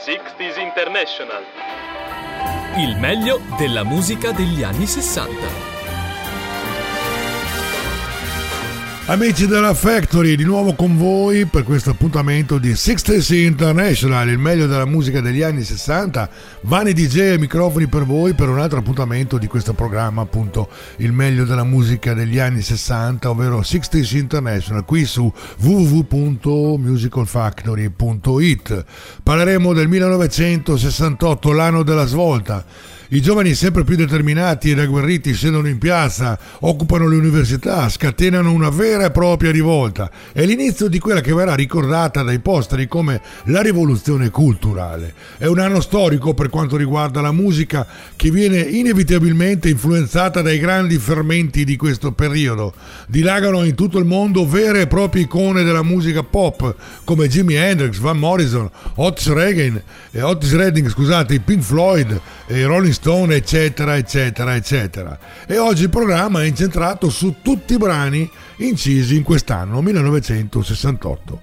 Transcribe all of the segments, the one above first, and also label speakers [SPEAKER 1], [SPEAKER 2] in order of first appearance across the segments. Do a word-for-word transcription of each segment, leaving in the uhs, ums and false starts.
[SPEAKER 1] sessanta International.
[SPEAKER 2] Il meglio della musica degli anni sessanta.
[SPEAKER 3] Amici della Factory, di nuovo con voi per questo appuntamento di sessanta International, il meglio della musica degli anni sessanta. Vani D J e microfoni per voi per un altro appuntamento di questo programma, appunto il meglio della musica degli anni sessanta, ovvero sessanta International, qui su w w w punto musical factory punto i t. Parleremo del millenovecentosessantotto, l'anno della svolta. I giovani sempre più determinati ed agguerriti scendono in piazza, occupano le università, scatenano una vera e propria rivolta. È l'inizio di quella che verrà ricordata dai posteri come la rivoluzione culturale. È un anno storico per quanto riguarda la musica, che viene inevitabilmente influenzata dai grandi fermenti di questo periodo. Dilagano in tutto il mondo vere e proprie icone della musica pop come Jimi Hendrix, Van Morrison, Otis Redding, eh, Otis Redding, scusate, i Pink Floyd e i Rolling Stone, eccetera eccetera eccetera. E oggi il programma è incentrato su tutti i brani incisi in quest'anno millenovecentosessantotto.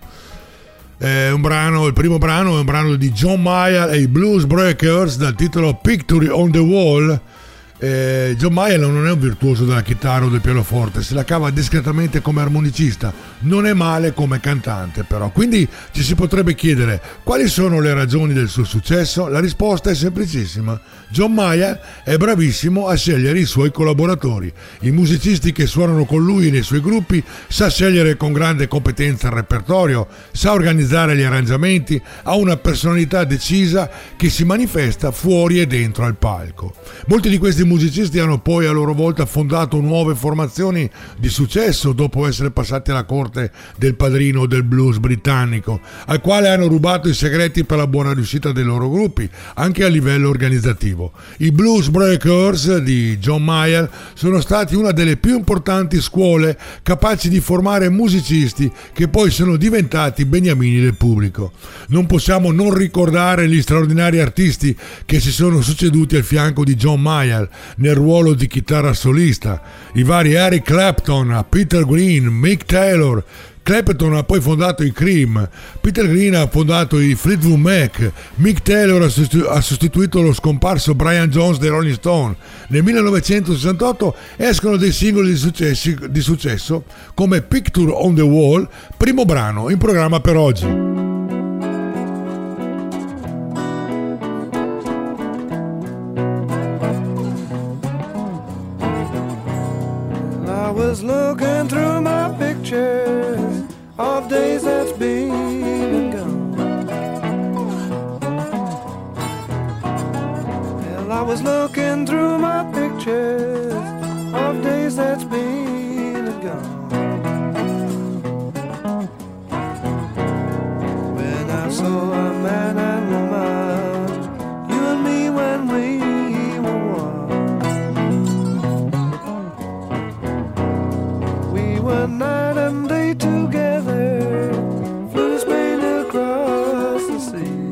[SPEAKER 3] È un brano, il primo brano è un brano di John Mayer e i Blues Breakers dal titolo Picture on the Wall. Eh, John Mayer non è un virtuoso della chitarra o del pianoforte, se la cava discretamente come armonicista, non è male come cantante però. Quindi ci si potrebbe chiedere quali sono le ragioni del suo successo. La risposta è semplicissima: John Mayer è bravissimo a scegliere i suoi collaboratori, i musicisti che suonano con lui nei suoi gruppi. Sa scegliere con grande competenza il repertorio, sa organizzare gli arrangiamenti, ha una personalità decisa che si manifesta fuori e dentro al palco. Molti di questi musicisti hanno poi a loro volta fondato nuove formazioni di successo dopo essere passati alla corte del padrino del blues britannico, al quale hanno rubato i segreti per la buona riuscita dei loro gruppi, anche a livello organizzativo. I Blues Breakers di John Mayer sono stati una delle più importanti scuole capaci di formare musicisti che poi sono diventati beniamini del pubblico. Non possiamo non ricordare gli straordinari artisti che si sono succeduti al fianco di John Mayer nel ruolo di chitarra solista, i vari Eric Clapton, Peter Green, Mick Taylor. Clapton ha poi fondato i Cream, Peter Green ha fondato i Fleetwood Mac, Mick Taylor ha, sostitu- ha sostituito lo scomparso Brian Jones dei Rolling Stone. Nel millenovecentosessantotto escono dei singoli di, successi, di successo come Picture on the Wall, primo brano in programma per oggi.
[SPEAKER 4] I was looking through my pictures of days that's been and gone. Well, I was looking through my pictures of days that's been and gone. When I saw a man and woman, you and me when we were one. We were night and day together, flew to Spain across the sea.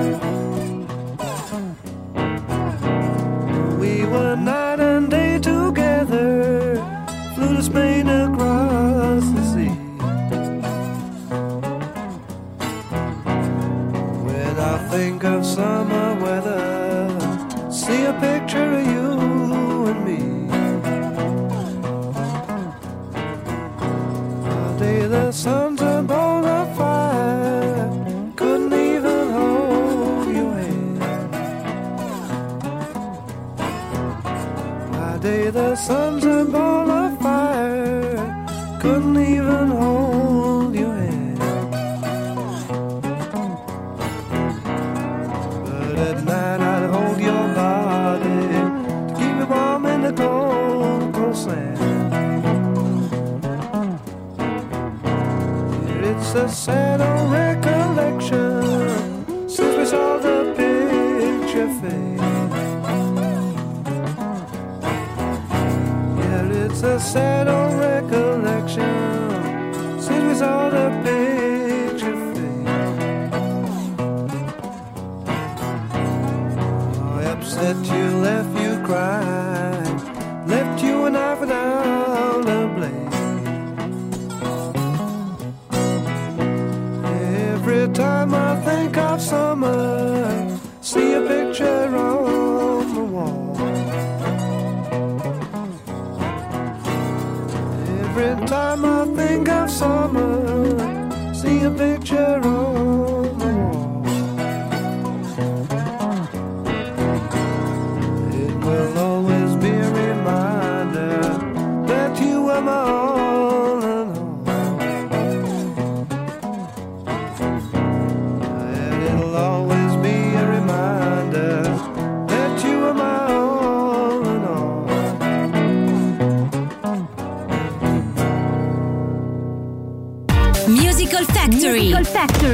[SPEAKER 4] We were night and day together, flew to Spain across the sea. When I think of summer weather, see a picture of you and me. The sun's a ball of fire, couldn't even hold your hand. By day the sun's a ball of fire, couldn't even hold your hand. But at night I'd hold your body to keep you warm in the cold, cold sand. It's a sad old recollection since we saw the picture fade. Yeah, it's a sad old recollection since we saw the picture fade. Oh, upset you, left you crying, left you and I without a blade. Every time I think of summer,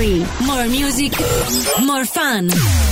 [SPEAKER 5] sessantatré. More music, more fun.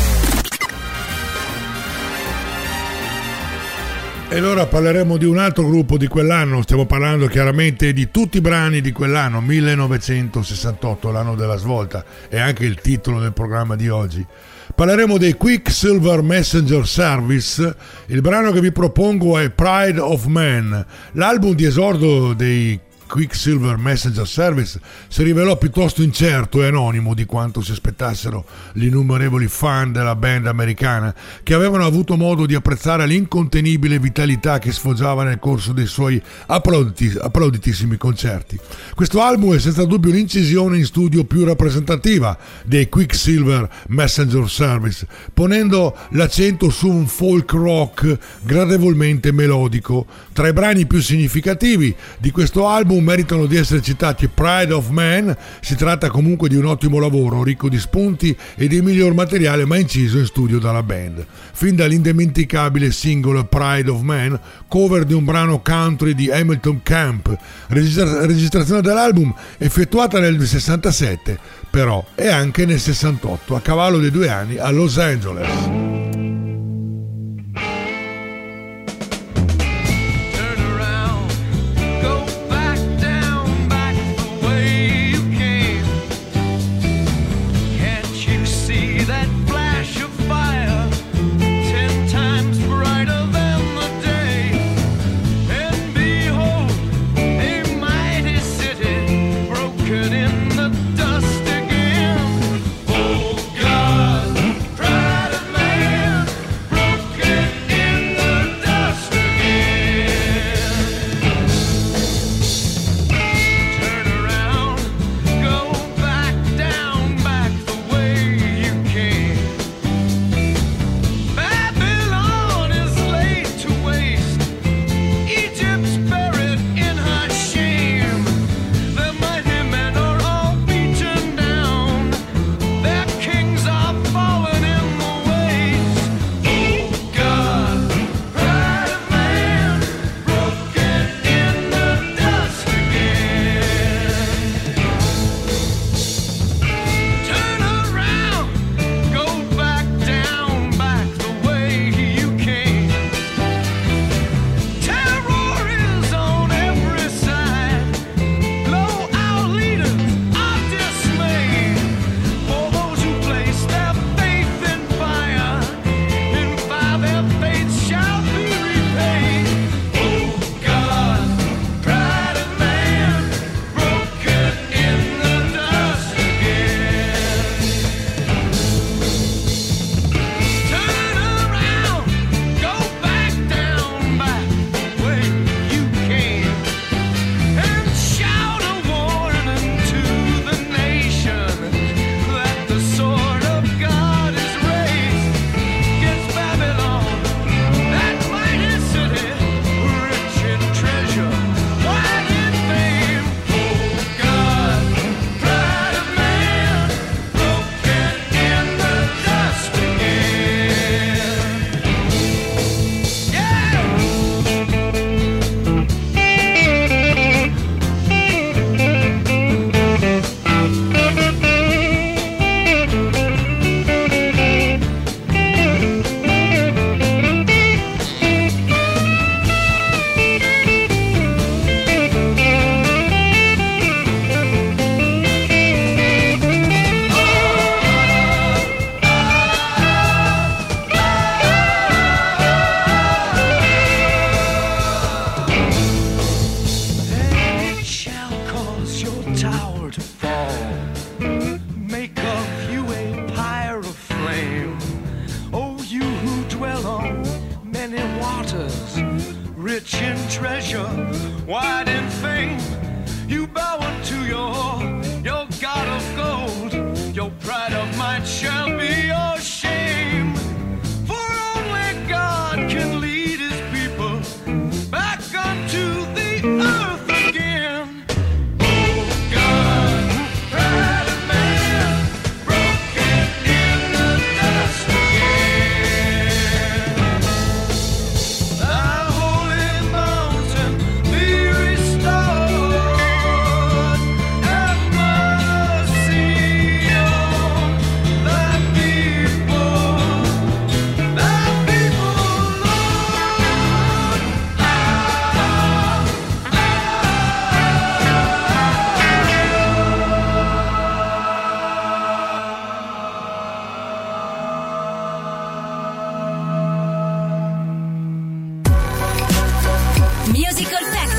[SPEAKER 3] E allora parleremo di un altro gruppo di quell'anno, stiamo parlando chiaramente di tutti i brani di quell'anno, millenovecentosessantotto, l'anno della svolta, è anche il titolo del programma di oggi. Parleremo dei Quicksilver Messenger Service, il brano che vi propongo è Pride of Man, l'album di esordio dei Quicksilver Messenger Service si rivelò piuttosto incerto e anonimo di quanto si aspettassero gli innumerevoli fan della band americana, che avevano avuto modo di apprezzare l'incontenibile vitalità che sfoggiava nel corso dei suoi applauditi, applauditissimi concerti. Questo album è senza dubbio l'incisione in studio più rappresentativa dei Quicksilver Messenger Service, ponendo l'accento su un folk rock gradevolmente melodico. Tra i brani più significativi di questo album meritano di essere citati Pride of Man. Si tratta comunque di un ottimo lavoro, ricco di spunti e di miglior materiale mai inciso in studio dalla band. Fin dall'indimenticabile singolo Pride of Man, cover di un brano country di Hamilton Camp, registra- registrazione dell'album effettuata nel sessantasette, però e anche nel sessantotto, a cavallo dei due anni a Los Angeles.
[SPEAKER 4] See you.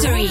[SPEAKER 5] Factory.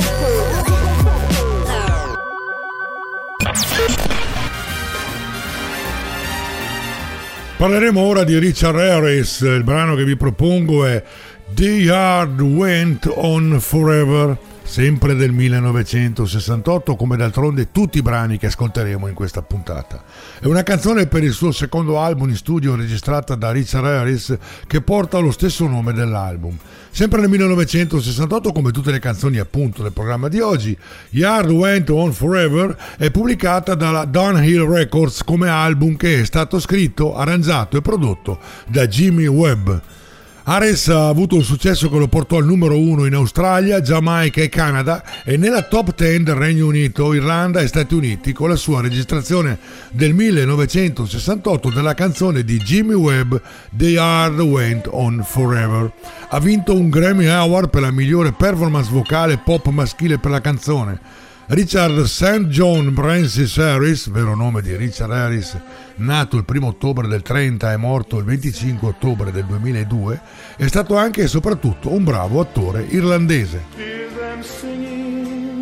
[SPEAKER 3] Parleremo ora di Richard Harris. Il brano che vi propongo è The Yard Went On Forever, sempre del millenovecentosessantotto, come d'altronde tutti i brani che ascolteremo in questa puntata. È una canzone per il suo secondo album in studio registrata da Richard Harris, che porta lo stesso nome dell'album. Sempre nel millenovecentosessantotto, come tutte le canzoni appunto del programma di oggi, Yard Went On Forever è pubblicata dalla Downhill Records come album che è stato scritto, arrangiato e prodotto da Jimmy Webb. Harris ha avuto un successo che lo portò al numero uno in Australia, Giamaica e Canada e nella top dieci del Regno Unito, Irlanda e Stati Uniti con la sua registrazione del millenovecentosessantotto della canzone di Jimmy Webb The Yard Went On Forever. Ha vinto un Grammy Award per la migliore performance vocale pop maschile per la canzone. Richard Saint John Francis Harris, vero nome di Richard Harris, nato il primo ottobre del trenta e morto il venticinque ottobre del duemiladue, è stato anche e soprattutto un bravo attore irlandese.
[SPEAKER 4] Hear them singing,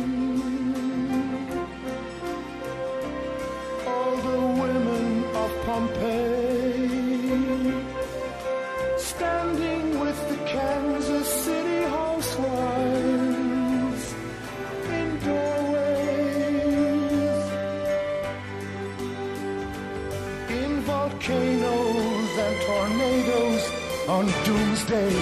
[SPEAKER 4] all the women of Pompeii, standing with the Kansas City housewives in doorways, in volcanoes and tornadoes on doomsday.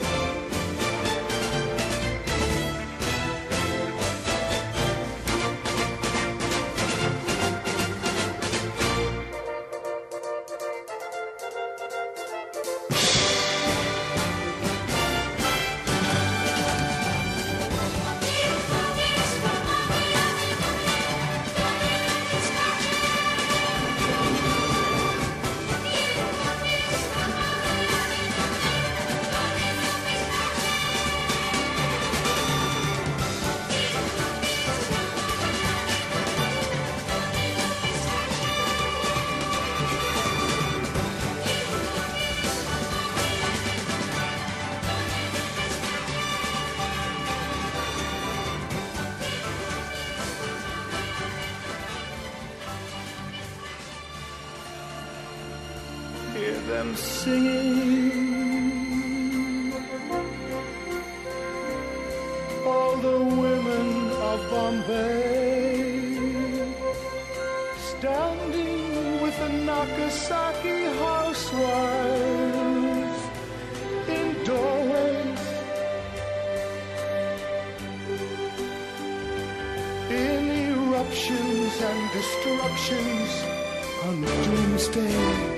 [SPEAKER 4] Hear them singing, all the women of Bombay, standing with the Nagasaki housewives in doorways, in eruptions and destructions on doomsday.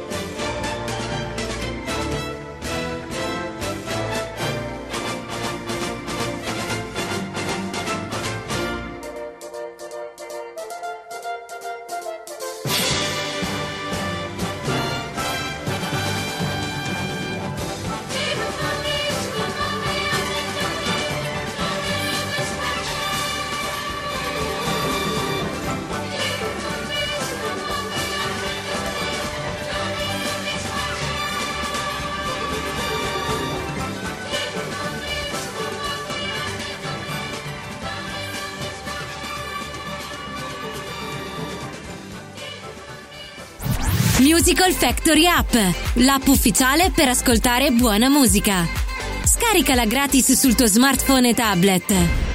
[SPEAKER 5] Musical Factory App, l'app ufficiale per ascoltare buona musica. Scaricala gratis sul tuo smartphone e tablet.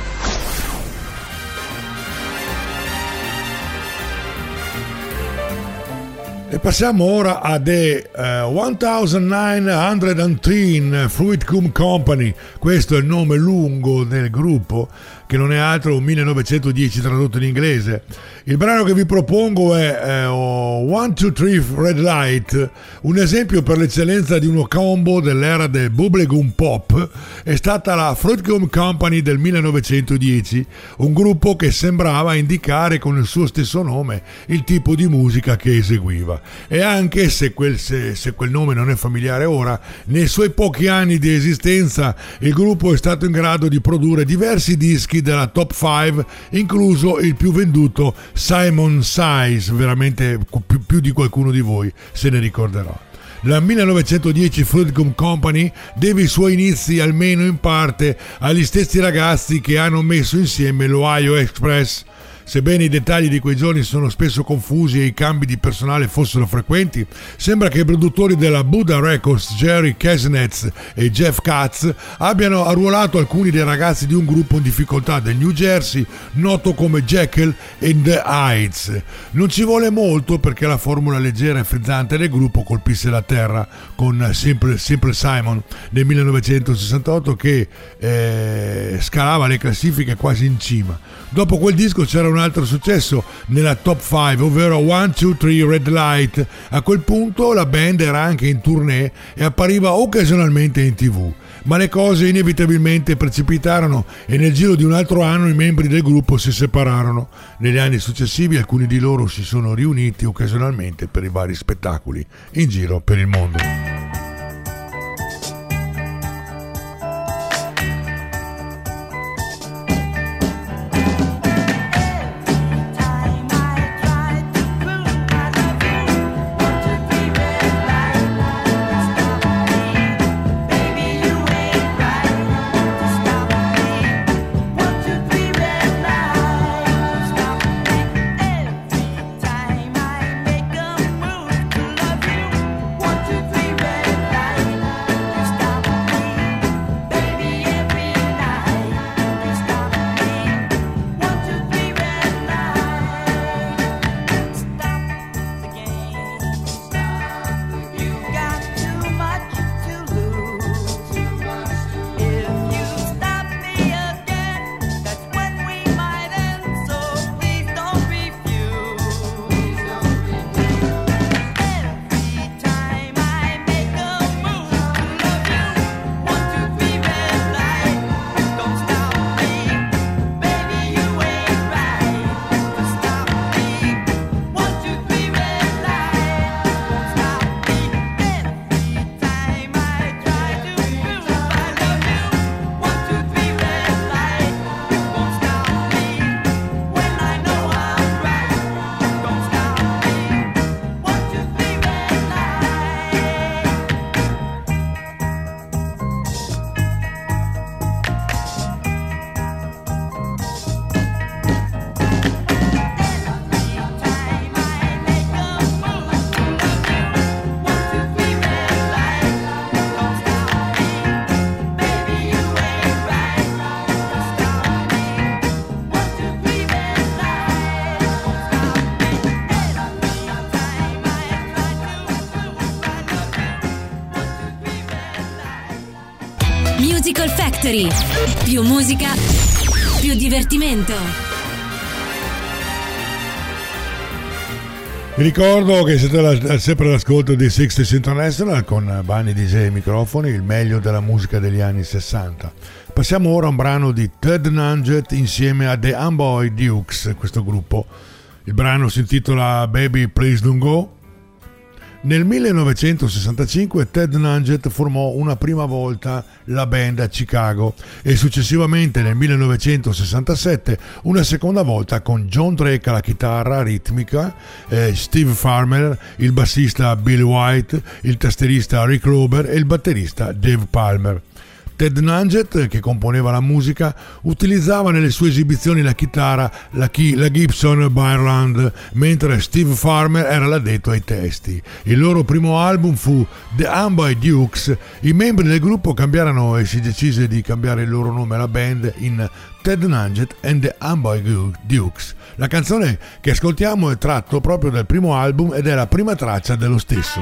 [SPEAKER 3] E passiamo ora a The uh, ninecentotredici Fruit Cum Company. Questo è il nome lungo del gruppo, che non è altro un millenovecentodieci tradotto in inglese. Il brano che vi propongo è uh, one two three Red Light, un esempio per l'eccellenza di uno combo dell'era del bubblegum pop. È stata la Fruit Cum Company del millenovecentodieci, un gruppo che sembrava indicare con il suo stesso nome il tipo di musica che eseguiva. E anche se quel, se, se quel nome non è familiare ora, nei suoi pochi anni di esistenza il gruppo è stato in grado di produrre diversi dischi della top cinque, incluso il più venduto Simon Says, veramente più, più di qualcuno di voi se ne ricorderà. La millenovecentodieci Flood Gum Company deve i suoi inizi almeno in parte agli stessi ragazzi che hanno messo insieme l'Ohio Express. Sebbene i dettagli di quei giorni sono spesso confusi e i cambi di personale fossero frequenti, sembra che i produttori della Buddha Records, Jerry Kasnetz e Jeff Katz, abbiano arruolato alcuni dei ragazzi di un gruppo in difficoltà del New Jersey noto come Jekyll and the Hyde. Non ci vuole molto perché la formula leggera e frizzante del gruppo colpisse la terra con Simple, Simple Simon del millenovecentosessantotto che eh, scalava le classifiche quasi in cima. Dopo quel disco c'era un altro successo nella top cinque, ovvero one two three Red Light. A quel punto la band era anche in tournée e appariva occasionalmente in tv, ma le cose inevitabilmente precipitarono e nel giro di un altro anno i membri del gruppo si separarono. Negli anni successivi alcuni di loro si sono riuniti occasionalmente per i vari spettacoli in giro per il mondo.
[SPEAKER 5] Musical Factory. Più musica, più divertimento.
[SPEAKER 3] Vi ricordo che siete la, sempre all'ascolto di sixties International con Bunny D J e microfoni, il meglio della musica degli anni sessanta. Passiamo ora a un brano di Ted Nugent insieme a The Amboy Dukes, questo gruppo. Il brano si intitola Baby Please Don't Go. Nel millenovecentosessantacinque Ted Nugent formò una prima volta la band a Chicago e successivamente nel millenovecentosessantasette una seconda volta con John Drake alla chitarra ritmica, eh, Steve Farmer, il bassista Billy White, il tastierista Rick Rober e il batterista Dave Palmer. Ted Nugent, che componeva la musica, utilizzava nelle sue esibizioni la chitarra, la, chi, la Gibson Byron, mentre Steve Farmer era l'addetto ai testi. Il loro primo album fu The Amboy Dukes. I membri del gruppo cambiarono e si decise di cambiare il loro nome alla band in Ted Nugent and the Amboy Dukes. La canzone che ascoltiamo è tratto proprio dal primo album ed è la prima traccia dello stesso.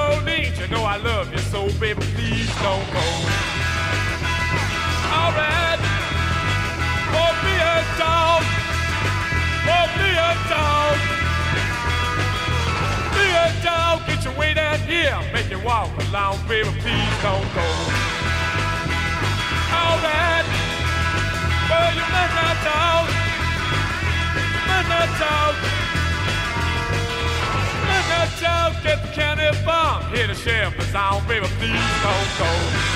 [SPEAKER 1] Baby, please don't go. All right.
[SPEAKER 6] baby, please don't go. All right, well, you must not talk, you must not talk, you must not talk, get the county bomb, hear the sheriff is on, baby, please don't go.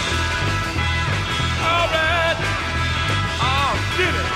[SPEAKER 6] All right, oh, get it.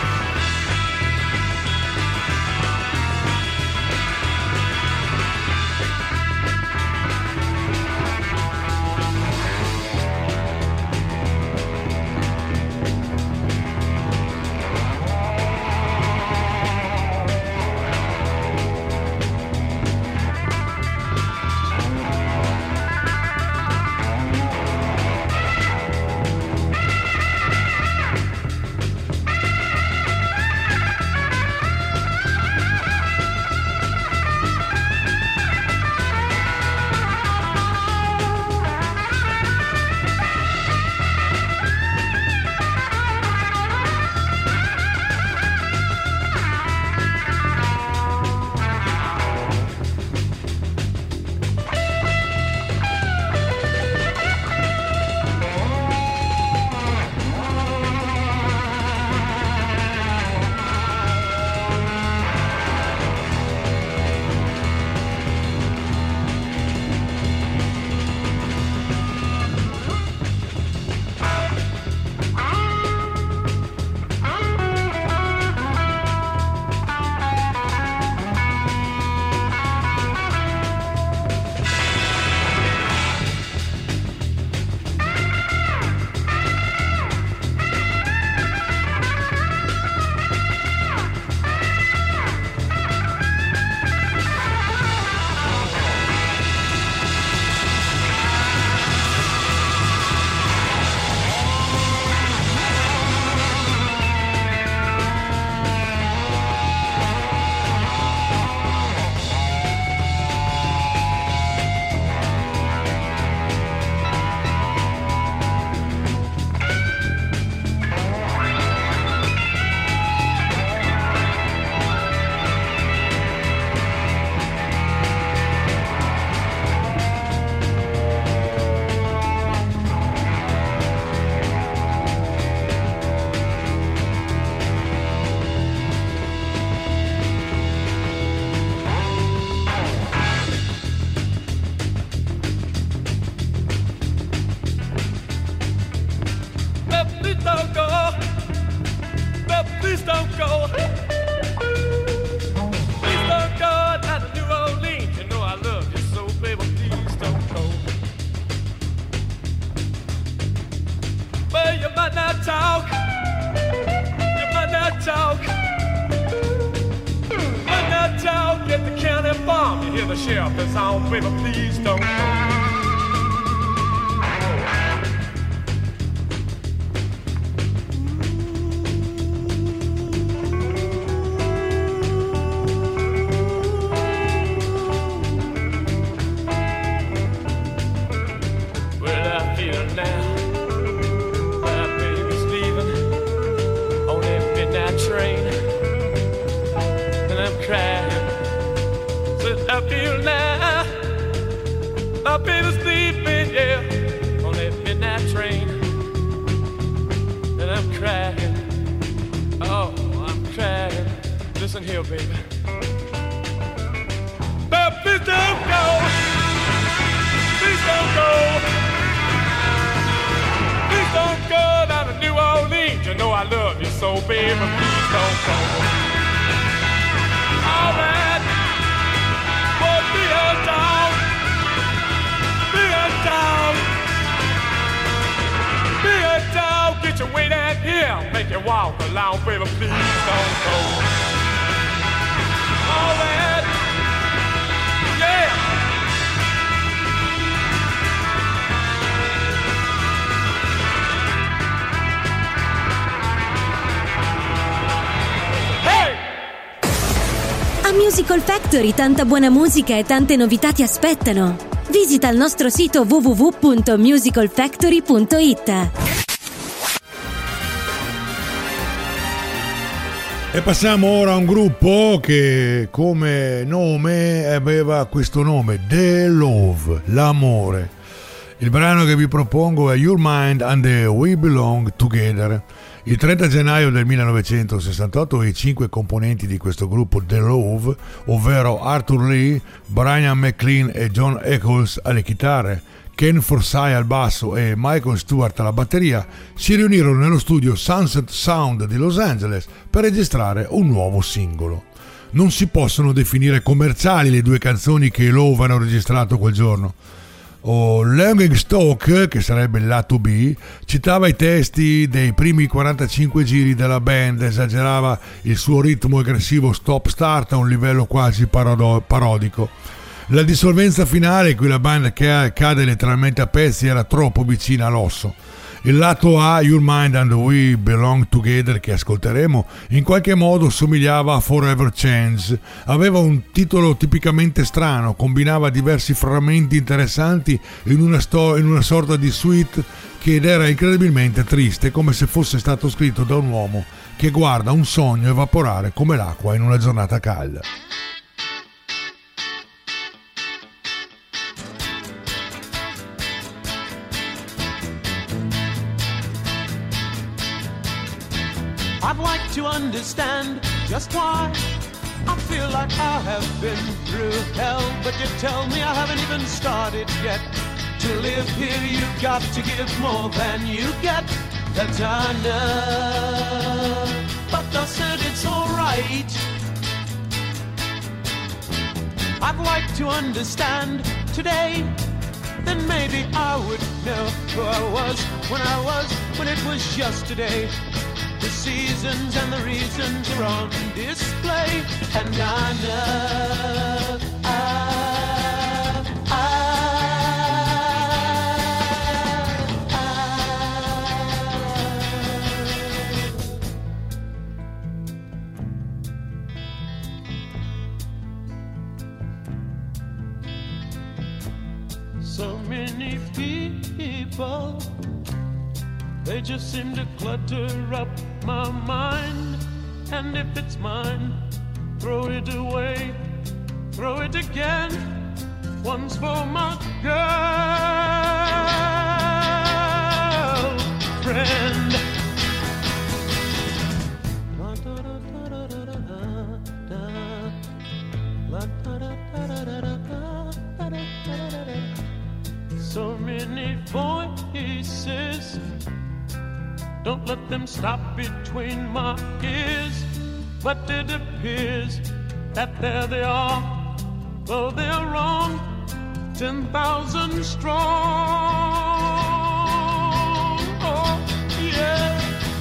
[SPEAKER 5] Musical Factory, tanta buona musica e tante novità ti aspettano. Visita il nostro sito w w w punto musical factory punto i t.
[SPEAKER 3] E passiamo ora a un gruppo che come nome aveva questo nome, The Love, l'amore. Il brano che vi propongo è Your Mind and the We Belong Together. Il trenta gennaio del millenovecentosessantotto i cinque componenti di questo gruppo The Love, ovvero Arthur Lee, Brian McLean e John Eccles alle chitarre, Ken Forsyth al basso e Michael Stewart alla batteria, si riunirono nello studio Sunset Sound di Los Angeles per registrare un nuovo singolo. Non si possono definire commerciali le due canzoni che i Love hanno registrato quel giorno. Oh, Laughing Stock, che sarebbe il lato B, citava i testi dei primi quarantacinque giri della band, esagerava il suo ritmo aggressivo stop-start a un livello quasi parodo- parodico. La dissolvenza finale, in cui la band cade letteralmente a pezzi, era troppo vicina all'osso. Il lato A, Your Mind and We Belong Together, che ascolteremo, in qualche modo somigliava a Forever Change. Aveva un titolo tipicamente strano, combinava diversi frammenti interessanti in una, sto- in una sorta di suite che era incredibilmente triste, come se fosse stato scritto da un uomo che guarda un sogno evaporare come l'acqua in una giornata calda.
[SPEAKER 7] I'd like to understand just why I feel like I have been through hell, but you tell me I haven't even started yet. To live here you've got to give more than you get. That's I know, but I said it's alright. I'd like to understand today, then maybe I would know who I was when I was, when it was yesterday. The seasons and the reasons are on display, and I know I, I, I, so many people, they just seem to clutter up my mind. And if it's mine, throw it away, throw it again. One's for my girlfriend. So many voices, don't let them stop between my ears. But it appears that there they are, though they're wrong, ten thousand strong. Oh, yeah.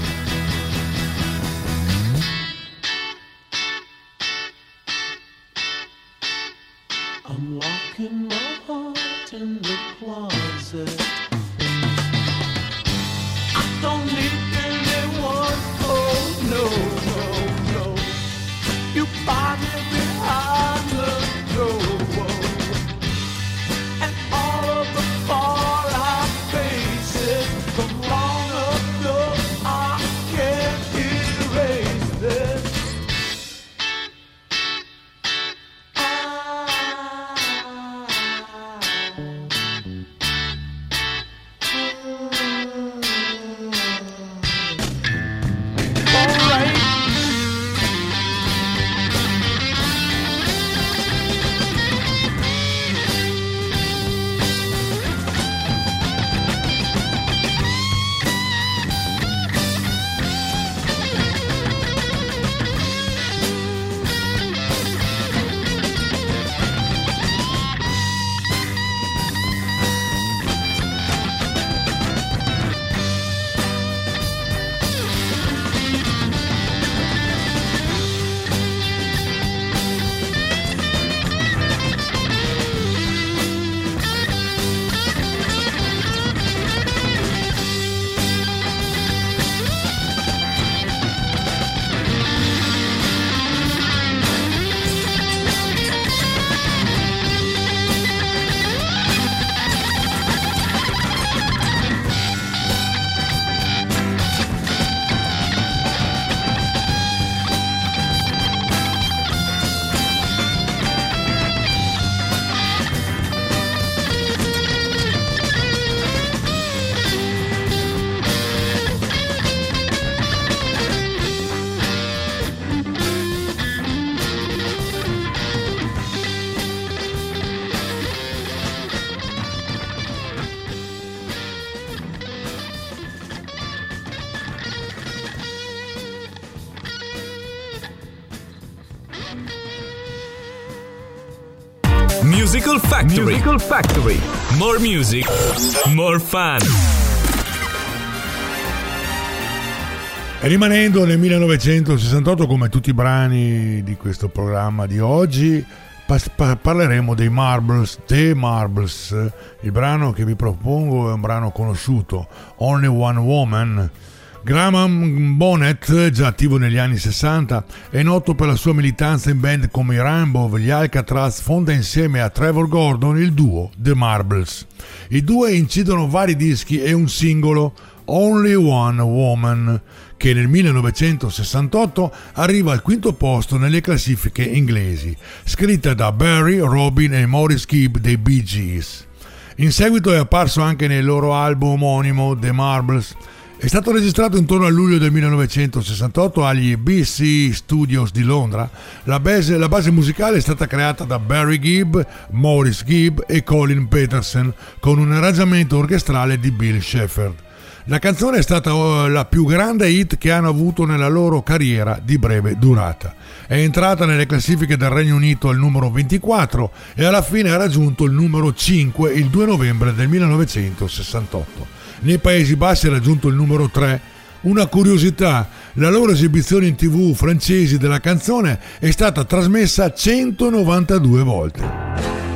[SPEAKER 7] I'm locking my heart in the closet. I don't need anyone, oh no, no, no. You find me behind the door, and all of the fallout
[SPEAKER 2] Musical Factory. Musical Factory. More music, more fun.
[SPEAKER 3] E rimanendo nel millenovecentosessantotto, come tutti i brani di questo programma di oggi, pas- pa- parleremo dei Marbles, The Marbles. Il brano che vi propongo è un brano conosciuto, Only One Woman. Graham Bonnet, già attivo negli anni sessanta, è noto per la sua militanza in band come i Rainbow, gli Alcatraz, fonda insieme a Trevor Gordon il duo The Marbles. I due incidono vari dischi e un singolo, Only One Woman, che nel millenovecentosessantotto arriva al quinto posto nelle classifiche inglesi, scritta da Barry, Robin e Maurice Gibb dei Bee Gees. In seguito è apparso anche nel loro album omonimo The Marbles. È stato registrato intorno a luglio del millenovecentosessantotto agli B C Studios di Londra. La base, la base musicale è stata creata da Barry Gibb, Maurice Gibb e Colin Peterson, con un arrangiamento orchestrale di Bill Shepherd. La canzone è stata la più grande hit che hanno avuto nella loro carriera di breve durata. È entrata nelle classifiche del Regno Unito al numero ventiquattro e alla fine ha raggiunto il numero cinque il due novembre del millenovecentosessantotto. Nei Paesi Bassi ha raggiunto il numero tre. Una curiosità, la loro esibizione in tv francesi della canzone è stata trasmessa centonovantadue volte.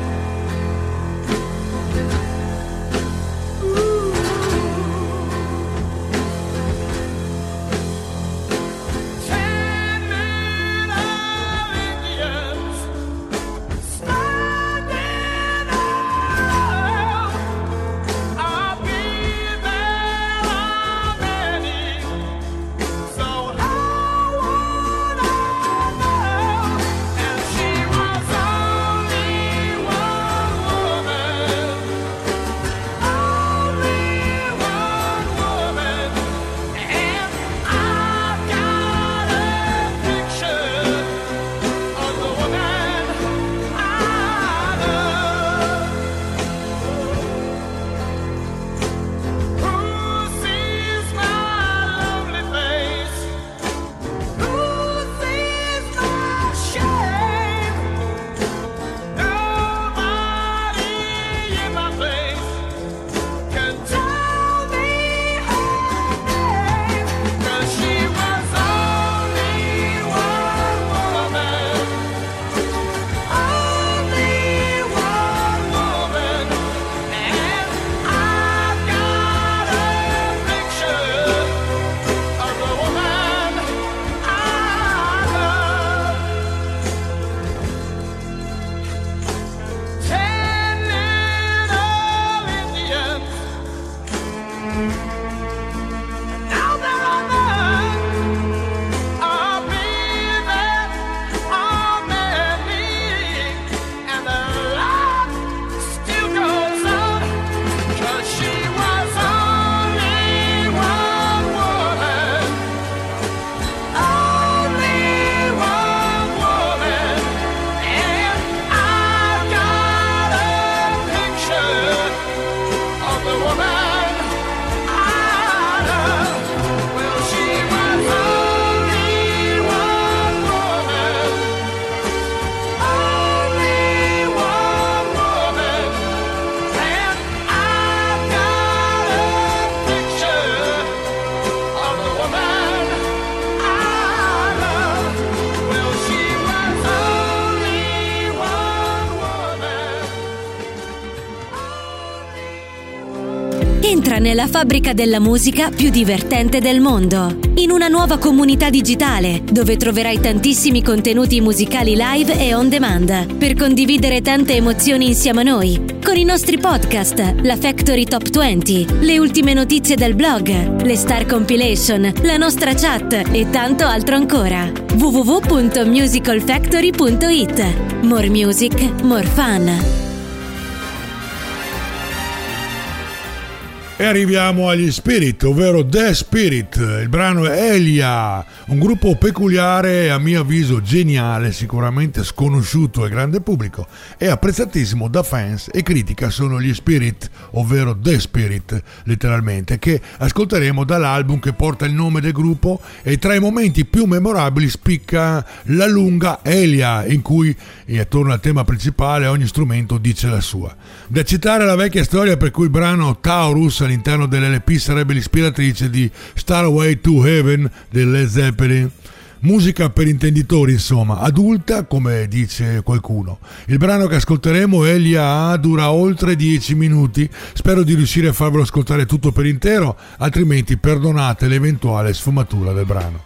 [SPEAKER 5] Entra nella fabbrica della musica più divertente del mondo, in una nuova comunità digitale dove troverai tantissimi contenuti musicali live e on demand per condividere tante emozioni insieme a noi, con i nostri podcast, la Factory Top venti, le ultime notizie del blog, le Star Compilation, la nostra chat e tanto altro ancora. w w w punto musical factory punto i t. More music, more fun.
[SPEAKER 3] E arriviamo agli Spirit, ovvero The Spirit. Il brano è Elia, un gruppo peculiare e a mio avviso geniale, sicuramente sconosciuto al grande pubblico e apprezzatissimo da fans e critica. Sono gli Spirit, ovvero The Spirit, letteralmente, che ascolteremo dall'album che porta il nome del gruppo, e tra i momenti più memorabili spicca la lunga Elia, in cui, e attorno al tema principale, ogni strumento dice la sua. Da citare la vecchia storia per cui il brano Taurus all'interno dell'L P sarebbe l'ispiratrice di Starway to Heaven del Led Zeppelin. Musica per intenditori, insomma, adulta come dice qualcuno. Il brano che ascolteremo, Elia, dura oltre dieci minuti. Spero di riuscire a farvelo ascoltare tutto per intero, altrimenti perdonate l'eventuale sfumatura del brano.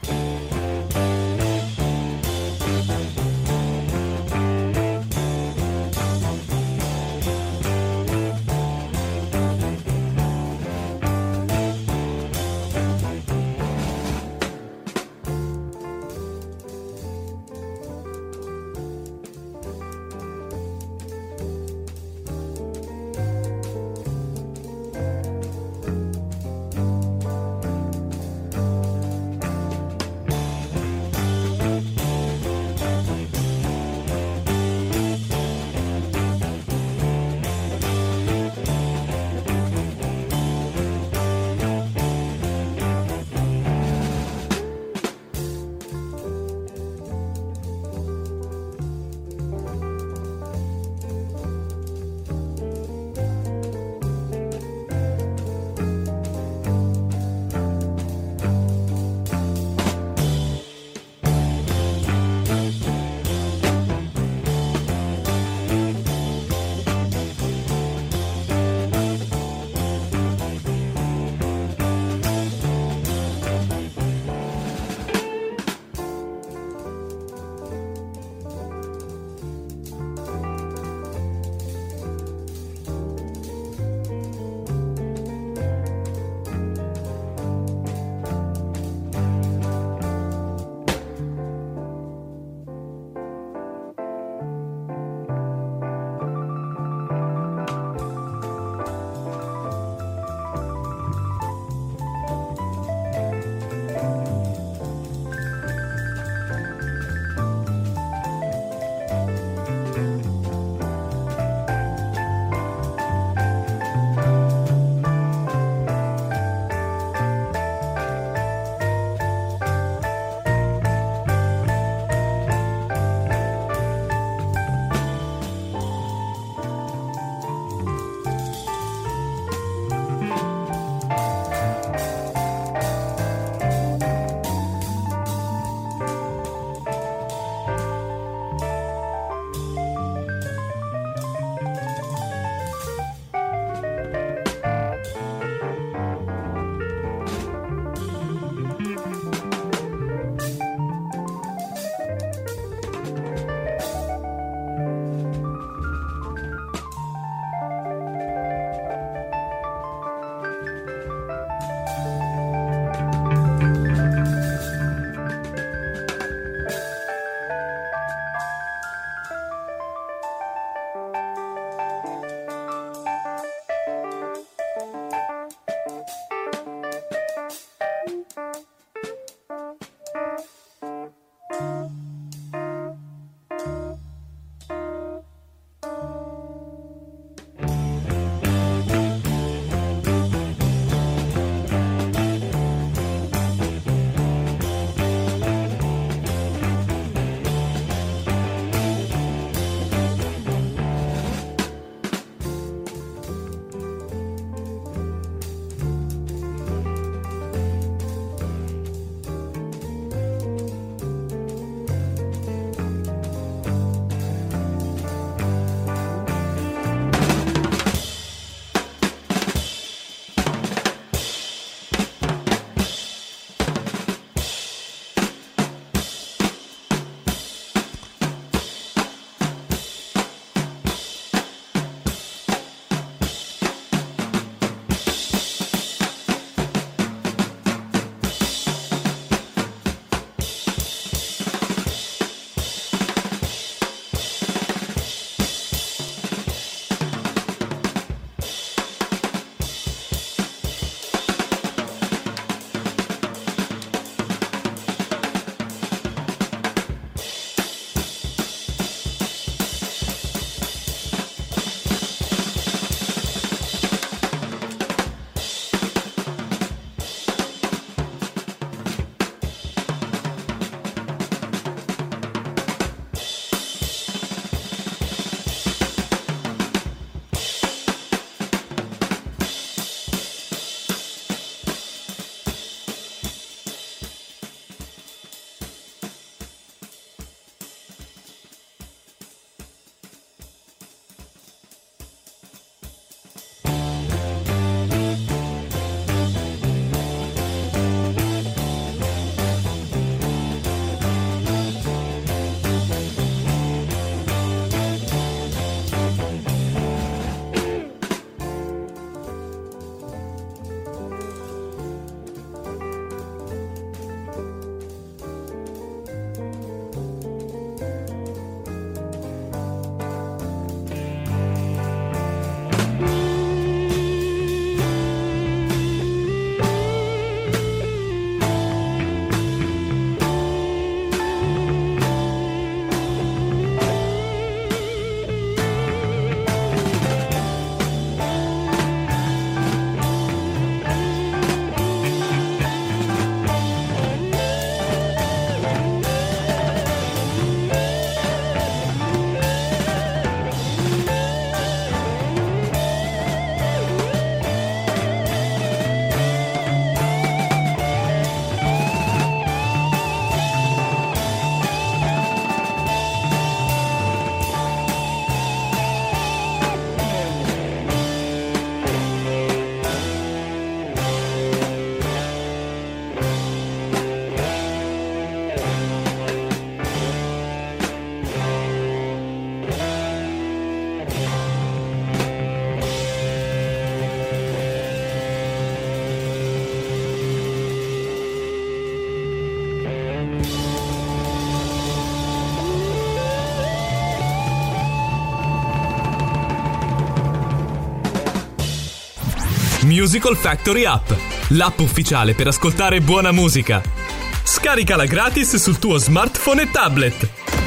[SPEAKER 2] Musical Factory App, l'app ufficiale per ascoltare buona musica. Scaricala gratis sul tuo smartphone e tablet.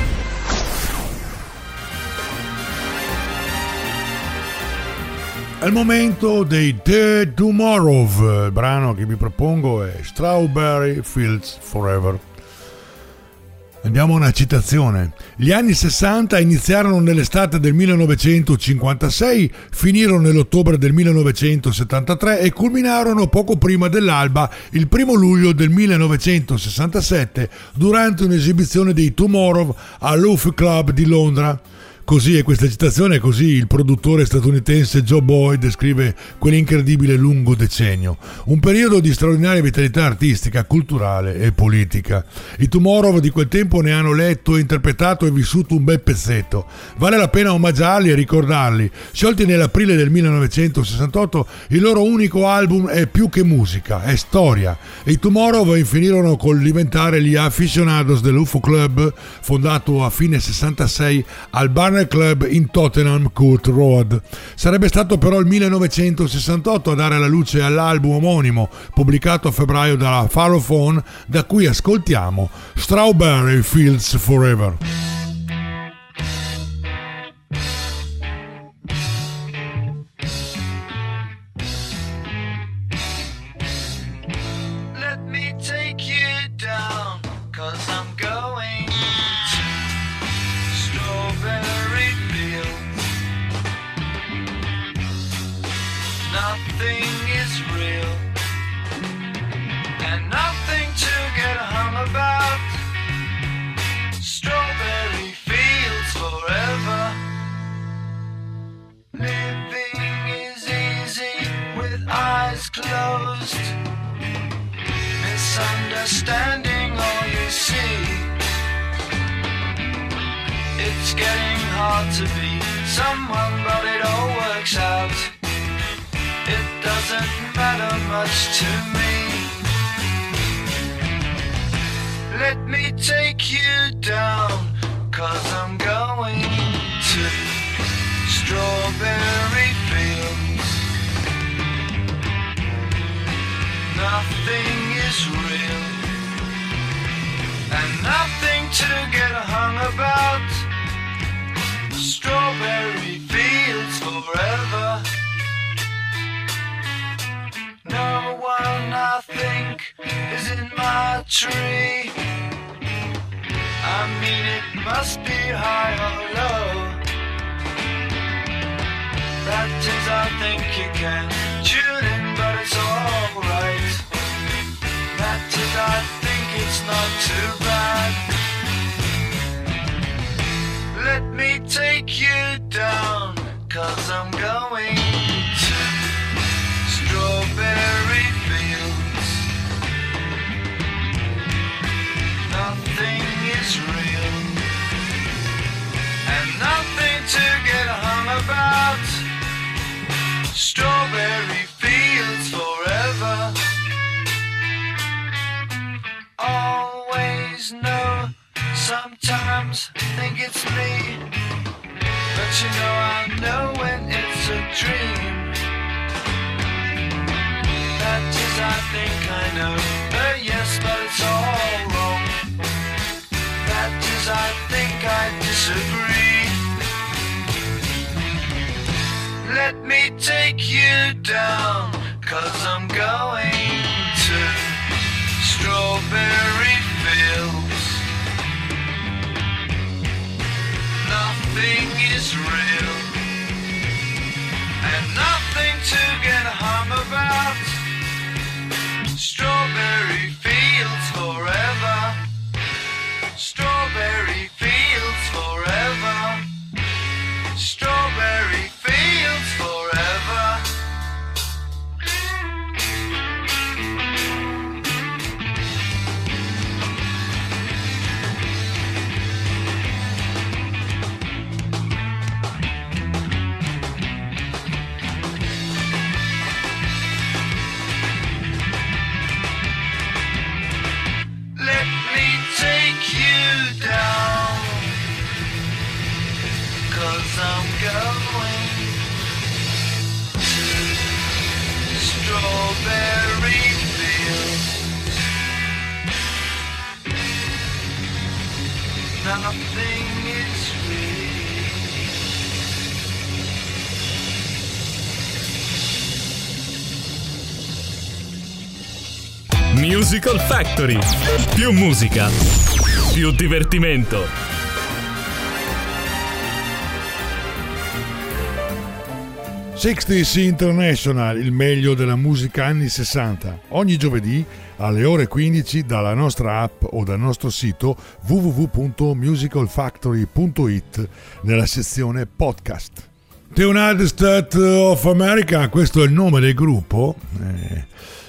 [SPEAKER 3] È il momento dei The Tomorrow. Il brano che vi propongo è Strawberry Fields Forever. Andiamo a una citazione. Gli anni sessanta iniziarono nell'estate del millenovecentocinquantasei, finirono nell'ottobre del millenovecentosettantatré e culminarono poco prima dell'alba, il primo luglio del millenovecentosessantasette, durante un'esibizione dei Tomorrow all'Off Club di Londra. Così è questa citazione, così il produttore statunitense Joe Boyd descrive quell'incredibile lungo decennio, un periodo di straordinaria vitalità artistica, culturale e politica. I Tomorrow di quel tempo ne hanno letto, interpretato e vissuto un bel pezzetto. Vale la pena omaggiarli e ricordarli. Sciolti nell'aprile del millenovecentosessantotto, il loro unico album è più che musica, è storia. E i Tomorrow finirono col diventare gli aficionados dell'U F O Club, fondato a fine sessantasei al Barnard Club in Tottenham Court Road. Sarebbe stato però il millenovecentosessantotto a dare la luce all'album omonimo, pubblicato a febbraio dalla Parlophone, da cui ascoltiamo Strawberry Fields Forever.
[SPEAKER 8] Let me take you down, 'cause I'm going to Strawberry Fields. Nothing is real, and nothing to get hung about. Strawberry Fields forever. Living is easy with eyes closed. Misunderstanding all you see. It's getting hard to be someone, but it all works out. It doesn't matter much to me. Let me take you down, 'cause I'm going to Strawberry Fields. Nothing is real, and nothing to get hung about. Strawberry Fields forever. No one I think is in my tree. I mean, it must be high or low. That is, I think you can tune in, but it's alright. That is, I think it's not too bad. Let me take you down, 'cause I'm going to Strawberry Fields. Nothing is real, and nothing to get hung about. Strawberry Fields forever. Always know, sometimes think it's me, but you know I know when it's a dream. That is, I think I know, uh, yes, but it's all wrong. That is, I think I disagree. Let me take you down, 'cause I'm going to Strawberry Fields. Nothing is real, and nothing to get hung about. Strawberry Fields forever. Strawberry Fields forever. Strawberry Fields forever. nothing is free.
[SPEAKER 2] Musical Factory. Più musica, più divertimento.
[SPEAKER 3] sessanta International, il meglio della musica anni sessanta. Ogni giovedì alle ore quindici dalla nostra app o dal nostro sito w w w punto musical factory punto i t nella sezione podcast. The United States of America, questo è il nome del gruppo eh,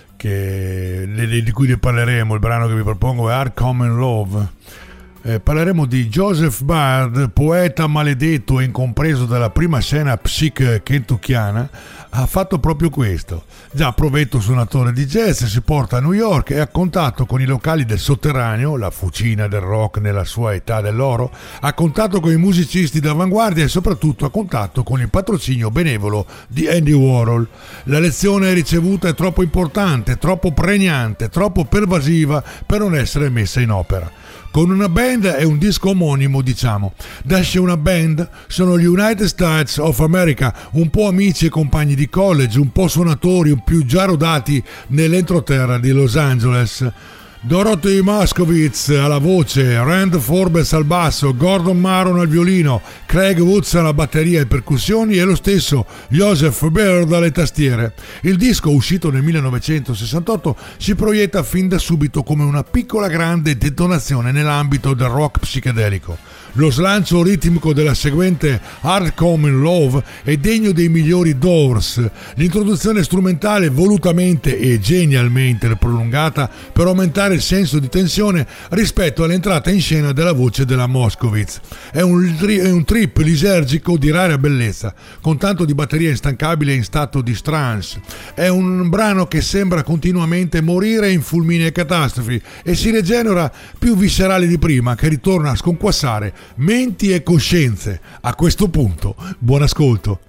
[SPEAKER 3] che, di cui ne parleremo. Il brano che vi propongo è Hard Common Love. Eh, parleremo di Joseph Bard, poeta maledetto e incompreso dalla prima scena psic kentuckiana. Ha fatto proprio questo. Già provetto suonatore di jazz, si porta a New York e a contatto con i locali del sotterraneo, la fucina del rock nella sua età dell'oro, a contatto con i musicisti d'avanguardia e soprattutto a contatto con il patrocinio benevolo di Andy Warhol. La lezione ricevuta è troppo importante, troppo pregnante, troppo pervasiva per non essere messa in opera. Con una band e un disco omonimo, diciamo. Nasce una band, sono gli United States of America, un po' amici e compagni di college, un po' suonatori, un più già rodati nell'entroterra di Los Angeles. Dorothy Moskowitz alla voce, Rand Forbes al basso, Gordon Maron al violino, Craig Woods alla batteria e percussioni e lo stesso Joseph Baird alle tastiere. Il disco, uscito nel millenovecentosessantotto, si proietta fin da subito come una piccola grande detonazione nell'ambito del rock psichedelico. Lo slancio ritmico della seguente Hard Common Love è degno dei migliori Doors. L'introduzione strumentale volutamente e genialmente prolungata per aumentare il senso di tensione rispetto all'entrata in scena della voce della Moskowitz. È un, tri- è un trip lisergico di rara bellezza, con tanto di batteria instancabile in stato di trance. È un brano che sembra continuamente morire in fulminee catastrofi e si rigenera più viscerale di prima, che ritorna a sconquassare menti e coscienze. A questo punto, buon ascolto.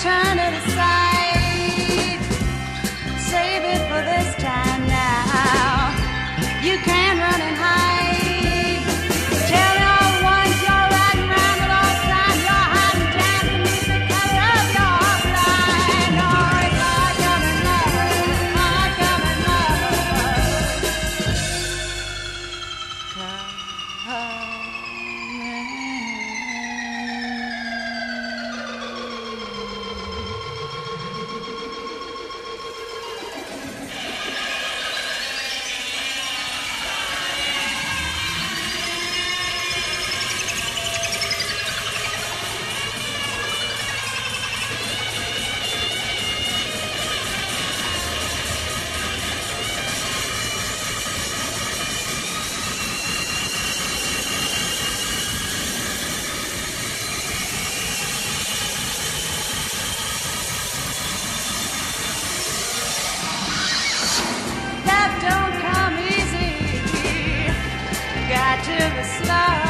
[SPEAKER 9] turn it aside. Save it for this time now. You can't run and hide. Tell me all once you're riding round at all times. You're hiding down beneath the cover of your blind. Oh, it's hard coming love, hard coming love. Love don't come easy. Got to be slow.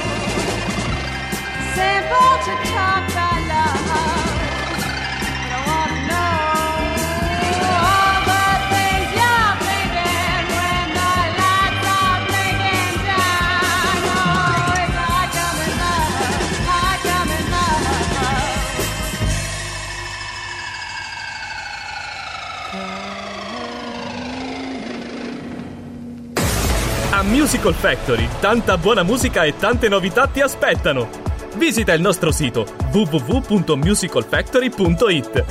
[SPEAKER 9] Simple to talk about love, but I wanna know all the things you're thinking when the lights are blinking down. Oh, it's hard coming love, hard coming love.
[SPEAKER 2] A Musical Factory, tanta buona musica e tante novità ti aspettano. Visita il nostro sito w w w punto musical factory punto i t.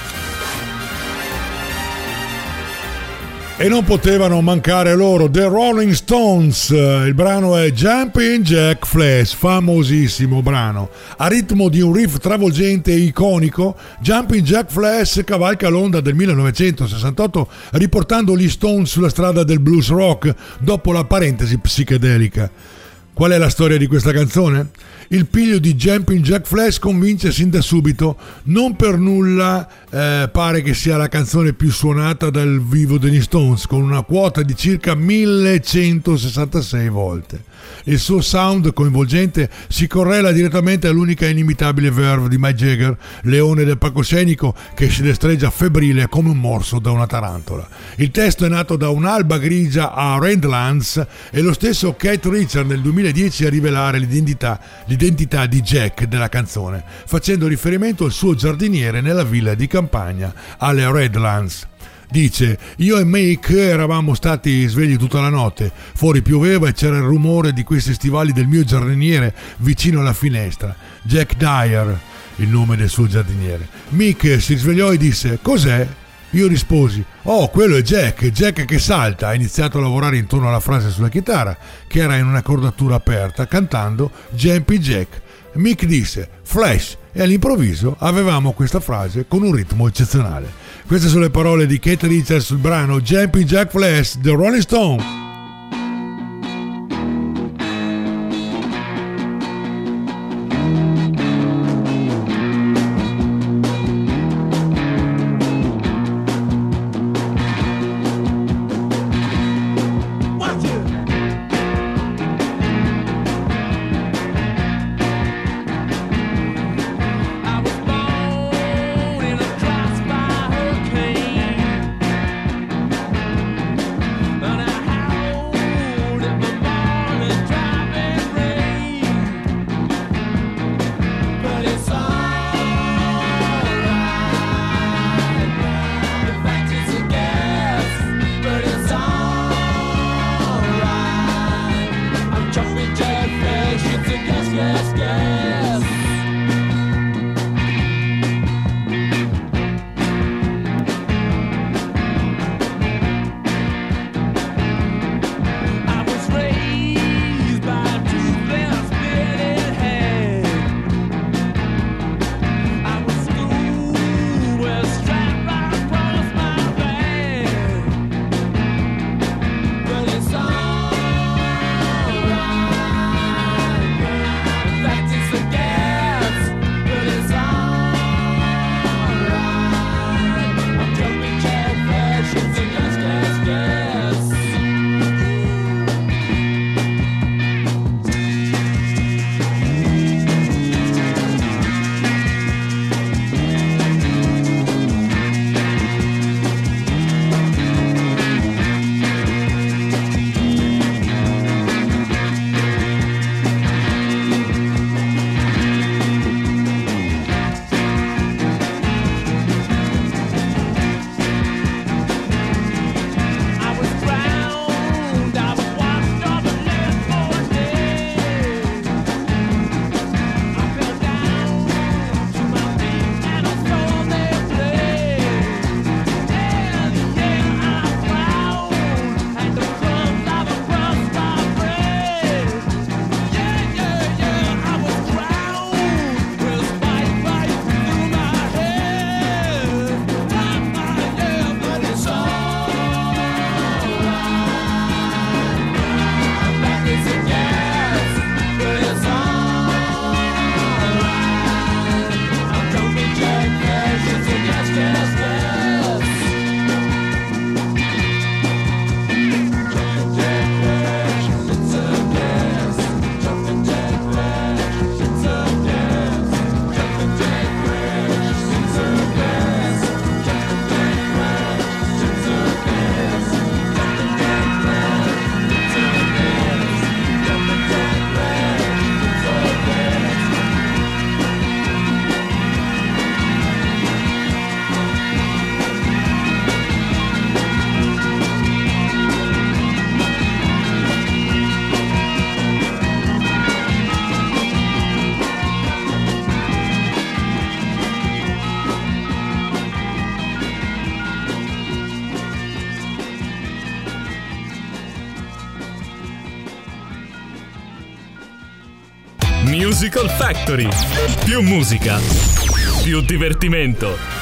[SPEAKER 3] E non potevano mancare loro, The Rolling Stones. Il brano è Jumpin' Jack Flash, famosissimo brano. A ritmo di un riff travolgente e iconico, Jumpin' Jack Flash cavalca l'onda del millenovecentosessantotto riportando gli Stones sulla strada del blues rock dopo la parentesi psichedelica. Qual è la storia di questa canzone? Il piglio di Jumpin' Jack Flash convince sin da subito, non per nulla eh, pare che sia la canzone più suonata dal vivo degli Stones, con una quota di circa millecentosessantasei volte. Il suo sound coinvolgente si correla direttamente all'unica inimitabile verve di Mick Jagger, leone del palcoscenico che si destreggia febbrile come un morso da una tarantola. Il testo è nato da un'alba grigia a Redlands e lo stesso Keith Richards nel duemiladieci a rivelare l'identità, l'identità di Jack della canzone, facendo riferimento al suo giardiniere nella villa di campagna alle Redlands. Dice: io e Mick eravamo stati svegli tutta la notte, fuori pioveva e c'era il rumore di questi stivali del mio giardiniere vicino alla finestra. Jack Dyer, il nome del suo giardiniere. Mick si svegliò e disse: cos'è? Io risposi: oh, quello è Jack, Jack che salta. Ha iniziato a lavorare intorno alla frase sulla chitarra, che era in una cordatura aperta, cantando Jumpin' Jack. Mick disse Flash e all'improvviso avevamo questa frase con un ritmo eccezionale. Queste sono le parole di Keith Richards sul brano Jumpin' Jack Flash, The Rolling Stone.
[SPEAKER 7] But I
[SPEAKER 2] Musical Factory. Più musica, più divertimento.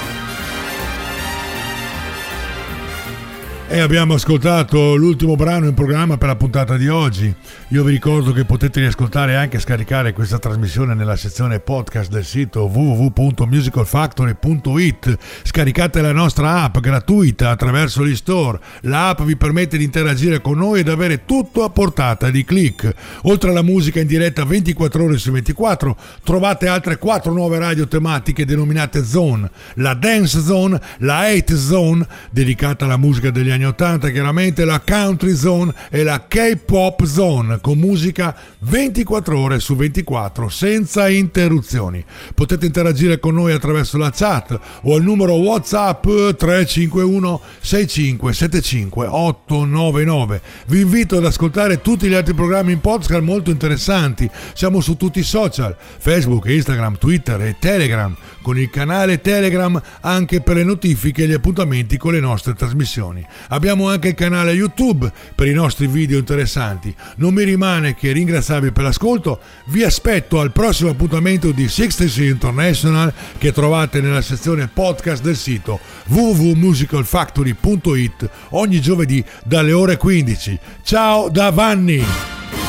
[SPEAKER 3] E abbiamo ascoltato l'ultimo brano in programma per la puntata di oggi. Io vi ricordo che potete riascoltare e anche scaricare questa trasmissione nella sezione podcast del sito w w w punto musical factory punto i t. Scaricate la nostra app gratuita attraverso l'e-store. L'app vi permette di interagire con noi ed avere tutto a portata di click. Oltre alla musica in diretta ventiquattro ore su ventiquattro, trovate altre quattro nuove radio tematiche denominate Zone. La Dance Zone, la Hate Zone, dedicata alla musica degli anni ottanta, chiaramente la Country Zone e la K-Pop Zone, con musica ventiquattro ore su ventiquattro senza interruzioni. Potete interagire con noi attraverso la chat o al numero WhatsApp tre cinque uno sei cinque sette cinque otto nove nove. Vi invito ad ascoltare tutti gli altri programmi in podcast molto interessanti. Siamo su tutti i social, Facebook, Instagram, Twitter e Telegram, con il canale Telegram anche per le notifiche e gli appuntamenti con le nostre trasmissioni. Abbiamo anche il canale YouTube per i nostri video interessanti. Non mi rimane che ringraziarvi per l'ascolto. Vi aspetto al prossimo appuntamento di sixties International, che trovate nella sezione podcast del sito w w w punto musical factory punto i t ogni giovedì dalle ore quindici. Ciao da Vanni!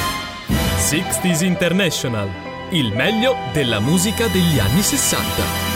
[SPEAKER 2] sixties International, il meglio della musica degli anni sessanta.